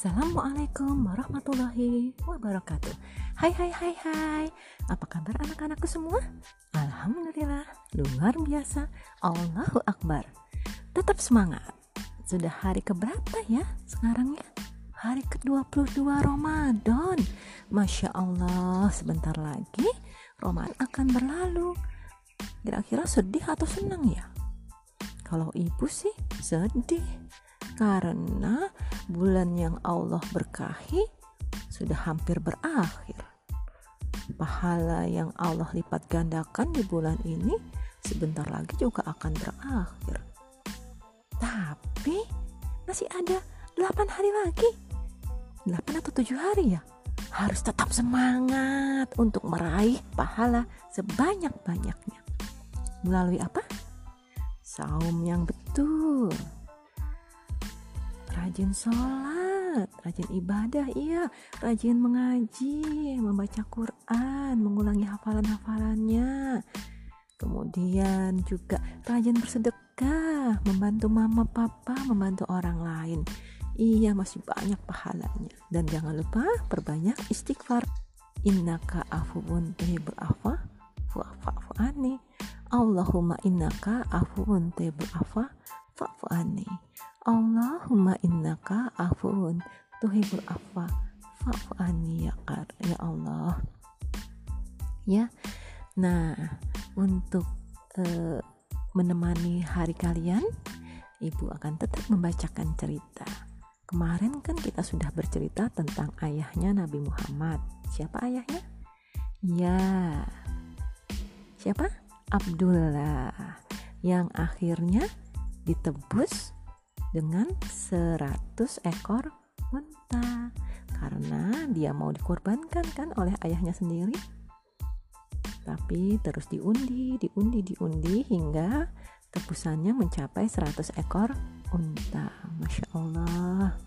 Assalamualaikum warahmatullahi wabarakatuh. Hai. Apa kabar anak-anakku semua? Alhamdulillah, luar biasa. Allahu Akbar. Tetap semangat. Sudah hari keberapa ya sekarang ya? Hari ke-22 Ramadan. Masya Allah, sebentar lagi Ramadan akan berlalu. Kira-kira sedih atau senang ya? Kalau ibu sih sedih. Karena bulan yang Allah berkahi sudah hampir berakhir. Pahala yang Allah lipat gandakan di bulan ini sebentar lagi juga akan berakhir. Tapi masih ada 8 hari lagi. 8 atau 7 hari ya. Harus tetap semangat untuk meraih pahala sebanyak-banyaknya. Melalui apa? Saum yang betul. Rajin sholat, rajin ibadah, iya, rajin mengaji, membaca Quran, mengulangi hafalan-hafalannya. Kemudian juga rajin bersedekah, membantu mama papa, membantu orang lain. Iya, masih banyak pahalanya. Dan jangan lupa perbanyak istighfar. Innaka afuwun tuhibbul afwa fa'fu anni. Allahumma innaka afuwun tuhibbul afwa fa'fu anni. Allahumma innaka afuun tuhibbul afwa fa'fu anni ya Allah. Ya. Nah, untuk menemani hari kalian, Ibu akan tetap membacakan cerita. Kemarin kan kita sudah bercerita tentang ayahnya Nabi Muhammad. Siapa ayahnya? Ya. Siapa? Abdullah. Yang akhirnya ditebus dengan 100 ekor unta karena dia mau dikorbankan kan oleh ayahnya sendiri. Tapi terus diundi hingga tebusannya mencapai 100 ekor unta. Masya Allah.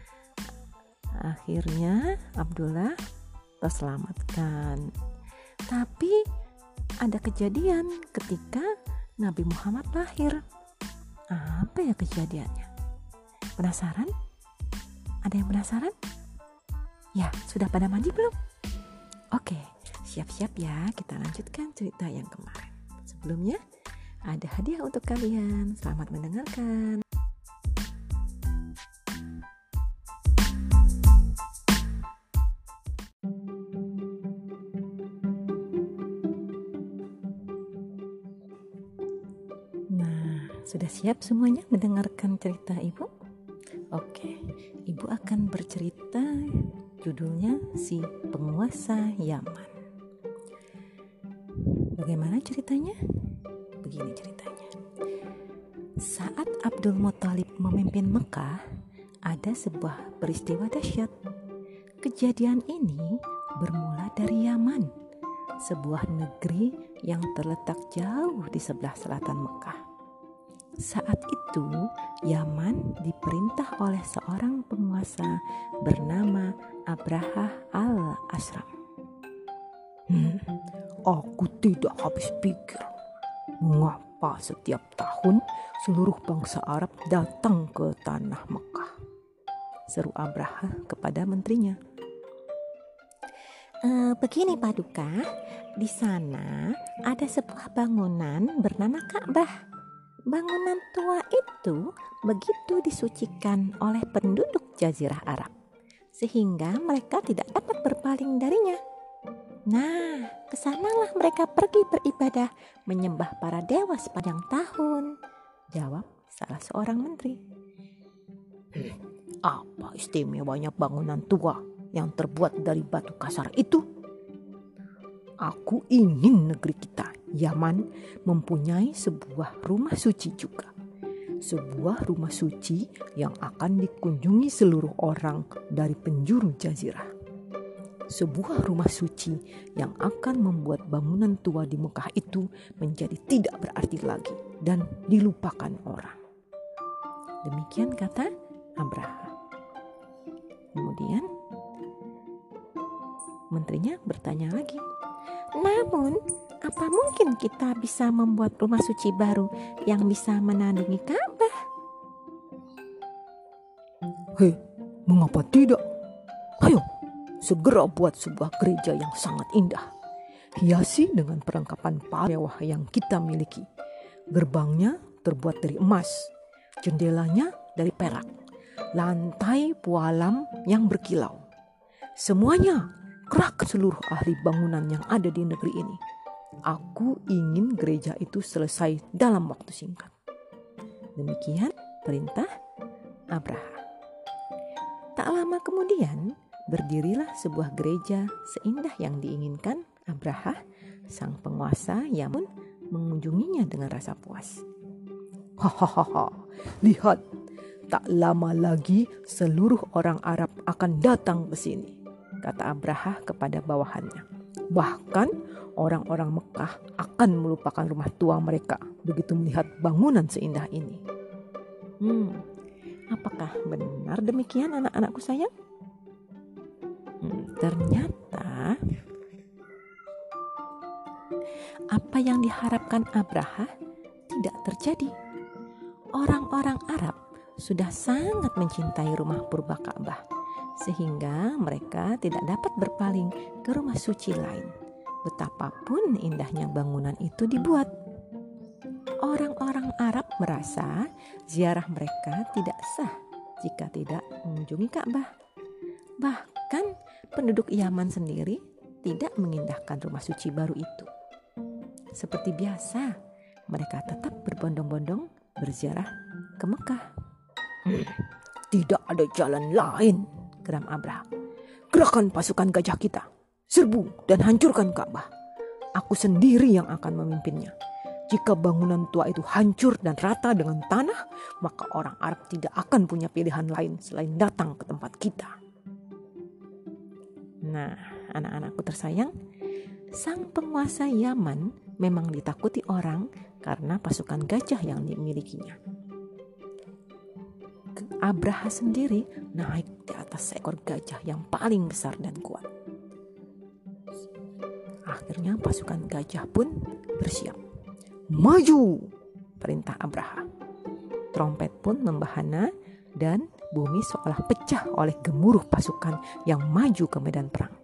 Akhirnya Abdullah terselamatkan. Tapi ada kejadian ketika Nabi Muhammad lahir. Apa ya kejadiannya? Penasaran? Ada yang penasaran? Ya, sudah pada mandi belum? Oke, siap-siap ya, kita lanjutkan cerita yang kemarin. Sebelumnya, ada hadiah untuk kalian. Selamat mendengarkan. Nah, sudah siap semuanya mendengarkan cerita Ibu? Oke, Ibu akan bercerita, judulnya Si Penguasa Yaman. Bagaimana ceritanya? Begini ceritanya. Saat Abdul Muthalib memimpin Mekah, ada sebuah peristiwa dahsyat. Kejadian ini bermula dari Yaman, sebuah negeri yang terletak jauh di sebelah selatan Mekah. Saat itu, Yaman diperintah oleh seorang penguasa bernama Abraha al-Ashram. Aku tidak habis pikir, mengapa setiap tahun seluruh bangsa Arab datang ke tanah Mekah, seru Abraha kepada menterinya. Begini Paduka, di sana ada sebuah bangunan bernama Ka'bah. Bangunan tua itu begitu disucikan oleh penduduk Jazirah Arab, sehingga mereka tidak dapat berpaling darinya. Nah, kesanalah mereka pergi beribadah, menyembah para dewa sepanjang tahun, jawab salah seorang menteri. Apa istimewanya bangunan tua yang terbuat dari batu kasar itu? Aku ingin negeri kita, Yaman, mempunyai sebuah rumah suci juga. Sebuah rumah suci yang akan dikunjungi seluruh orang dari penjuru jazirah. Sebuah rumah suci yang akan membuat bangunan tua di Mekah itu menjadi tidak berarti lagi dan dilupakan orang. Demikian kata Abraha. Kemudian menterinya bertanya lagi. Namun, apa mungkin kita bisa membuat rumah suci baru yang bisa menandingi Ka'bah? Mengapa tidak? Ayo, segera buat sebuah gereja yang sangat indah. Hiasi dengan perlengkapan paling mewah yang kita miliki. Gerbangnya terbuat dari emas, jendelanya dari perak, lantai pualam yang berkilau. Semuanya kerahkan seluruh ahli bangunan yang ada di negeri ini. Aku ingin gereja itu selesai dalam waktu singkat. Demikian perintah Abraha. Tak lama kemudian, berdirilah sebuah gereja seindah yang diinginkan Abraha. Sang penguasa Yaman mengunjunginya dengan rasa puas. Hahaha, lihat, tak lama lagi seluruh orang Arab akan datang ke sini, kata Abraha kepada bawahannya. Bahkan orang-orang Mekah akan melupakan rumah tua mereka begitu melihat bangunan seindah ini. Apakah benar demikian anak-anakku sayang? Ternyata apa yang diharapkan Abraha tidak terjadi. Orang-orang Arab sudah sangat mencintai rumah purba Ka'bah sehingga mereka tidak dapat berpaling ke rumah suci lain, betapapun indahnya bangunan itu dibuat. Orang-orang Arab merasa ziarah mereka tidak sah jika tidak mengunjungi Ka'bah. Bahkan penduduk Yaman sendiri tidak mengindahkan rumah suci baru itu. Seperti biasa, mereka tetap berbondong-bondong berziarah ke Mekah. Tidak ada jalan lain, geram Abraha. Gerakan pasukan gajah kita, serbu dan hancurkan Ka'bah. Aku sendiri yang akan memimpinnya. Jika bangunan tua itu hancur dan rata dengan tanah, maka orang Arab tidak akan punya pilihan lain selain datang ke tempat kita. Nah, anak-anakku tersayang, sang penguasa Yaman memang ditakuti orang karena pasukan gajah yang dimilikinya. Abraha sendiri naik di atas seekor gajah yang paling besar dan kuat. Akhirnya pasukan gajah pun bersiap. Maju, perintah Abraha. Trompet pun membahana dan bumi seolah pecah oleh gemuruh pasukan yang maju ke medan perang.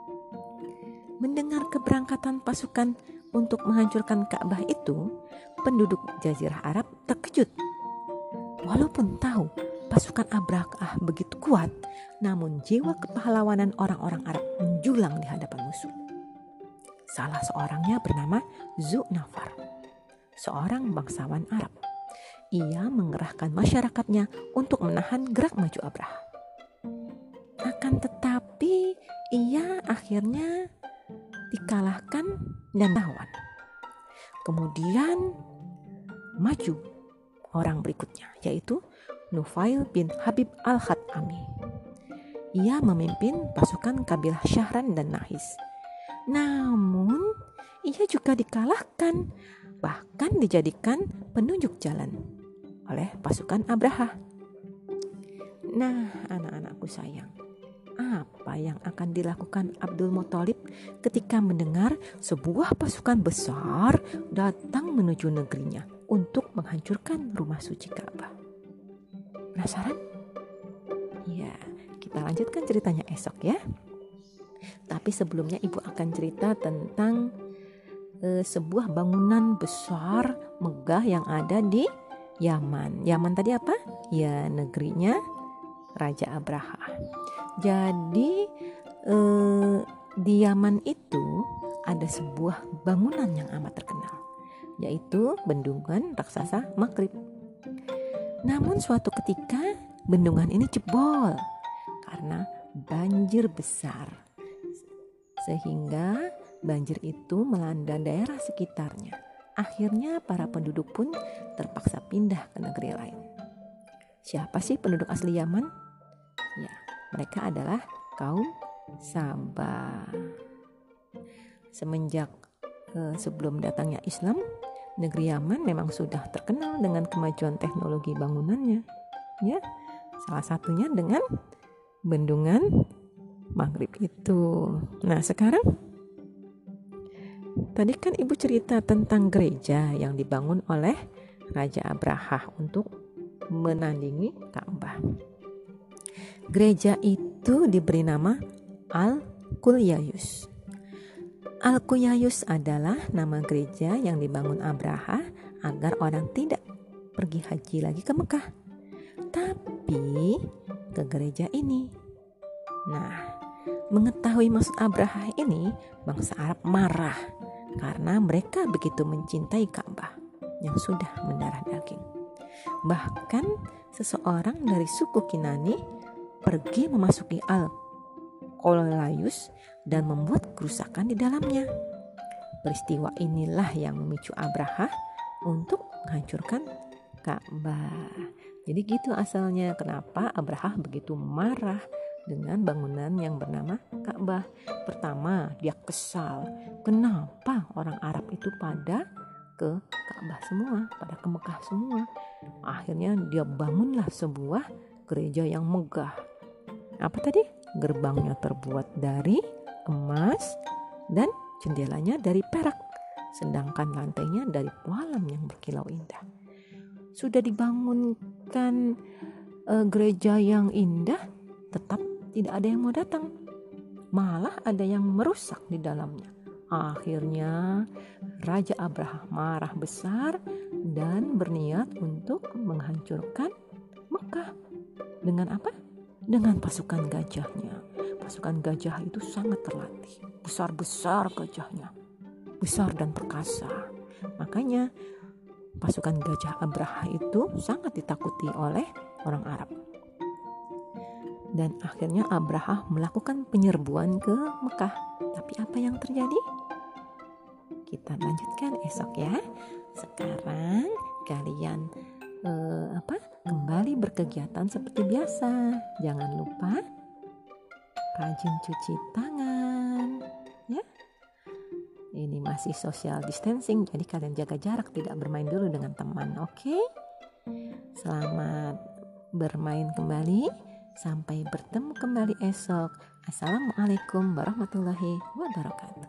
Mendengar keberangkatan pasukan untuk menghancurkan Ka'bah itu, penduduk Jazirah Arab terkejut. Walaupun tahu pasukan Abraha begitu kuat, namun jiwa kepahlawanan orang-orang Arab menjulang di hadapan musuh. Salah seorangnya bernama Zu'nafar, seorang bangsawan Arab. Ia mengerahkan masyarakatnya untuk menahan gerak maju Abraha. Akan tetapi ia akhirnya dikalahkan dan lawan. Kemudian maju orang berikutnya, yaitu Nufail bin Habib al-Khatami. Ia memimpin pasukan kabilah Syahran dan Nahis. Namun ia juga dikalahkan, bahkan dijadikan penunjuk jalan oleh pasukan Abraha. Nah, anak-anakku sayang, apa yang akan dilakukan Abdul Muthalib ketika mendengar sebuah pasukan besar datang menuju negerinya untuk menghancurkan rumah suci Ka'bah? Penasaran? Ya, kita lanjutkan ceritanya esok ya. Tapi sebelumnya ibu akan cerita tentang sebuah bangunan besar megah yang ada di Yaman. Yaman tadi apa? Ya, negerinya Raja Abraha. Jadi di Yaman itu ada sebuah bangunan yang amat terkenal, yaitu bendungan raksasa Maghrib. Namun suatu ketika bendungan ini jebol karena banjir besar, sehingga banjir itu melanda daerah sekitarnya. Akhirnya para penduduk pun terpaksa pindah ke negeri lain. Siapa sih penduduk asli Yaman? Ya, mereka adalah kaum Saba. Semenjak sebelum datangnya Islam, negeri Yaman memang sudah terkenal dengan kemajuan teknologi bangunannya. Ya, salah satunya dengan bendungan Maghrib itu. Nah, sekarang tadi kan ibu cerita tentang gereja yang dibangun oleh Raja Abraha untuk menandingi Ka'bah. Gereja itu diberi nama Al-Qulyayus. Al-Qulyayus adalah nama gereja yang dibangun Abraha agar orang tidak pergi haji lagi ke Mekah, tapi ke gereja ini. Nah, mengetahui maksud Abraha ini, bangsa Arab marah karena mereka begitu mencintai Ka'bah yang sudah mendarah daging. Bahkan seseorang dari suku Kinani pergi memasuki Al-Qulyayus dan membuat kerusakan di dalamnya. Peristiwa inilah yang memicu Abraha untuk menghancurkan Ka'bah. Jadi gitu asalnya kenapa Abraha begitu marah dengan bangunan yang bernama Ka'bah. Pertama, dia kesal. Kenapa orang Arab itu pada ke Ka'bah semua, pada ke Mekah semua? Akhirnya dia bangunlah sebuah gereja yang megah. Apa tadi? Gerbangnya terbuat dari emas dan jendelanya dari perak, sedangkan lantainya dari pualam yang berkilau indah. Sudah dibangunkan gereja yang indah, tetap tidak ada yang mau datang. Malah ada yang merusak di dalamnya. Akhirnya Raja Abraha marah besar dan berniat untuk menghancurkan Mekah. Dengan apa? Dengan pasukan gajahnya. Pasukan gajah itu sangat terlatih. Besar-besar gajahnya. Besar dan perkasa. Makanya pasukan gajah Abraha itu sangat ditakuti oleh orang Arab. Dan akhirnya Abraha melakukan penyerbuan ke Mekah. Tapi apa yang terjadi? Kita lanjutkan esok ya. Sekarang kalian kembali berkegiatan seperti biasa. Jangan lupa rajin cuci tangan ya. Ini masih social distancing, jadi kalian jaga jarak, tidak bermain dulu dengan teman, oke? Selamat bermain kembali. Sampai bertemu kembali esok. Assalamualaikum warahmatullahi wabarakatuh.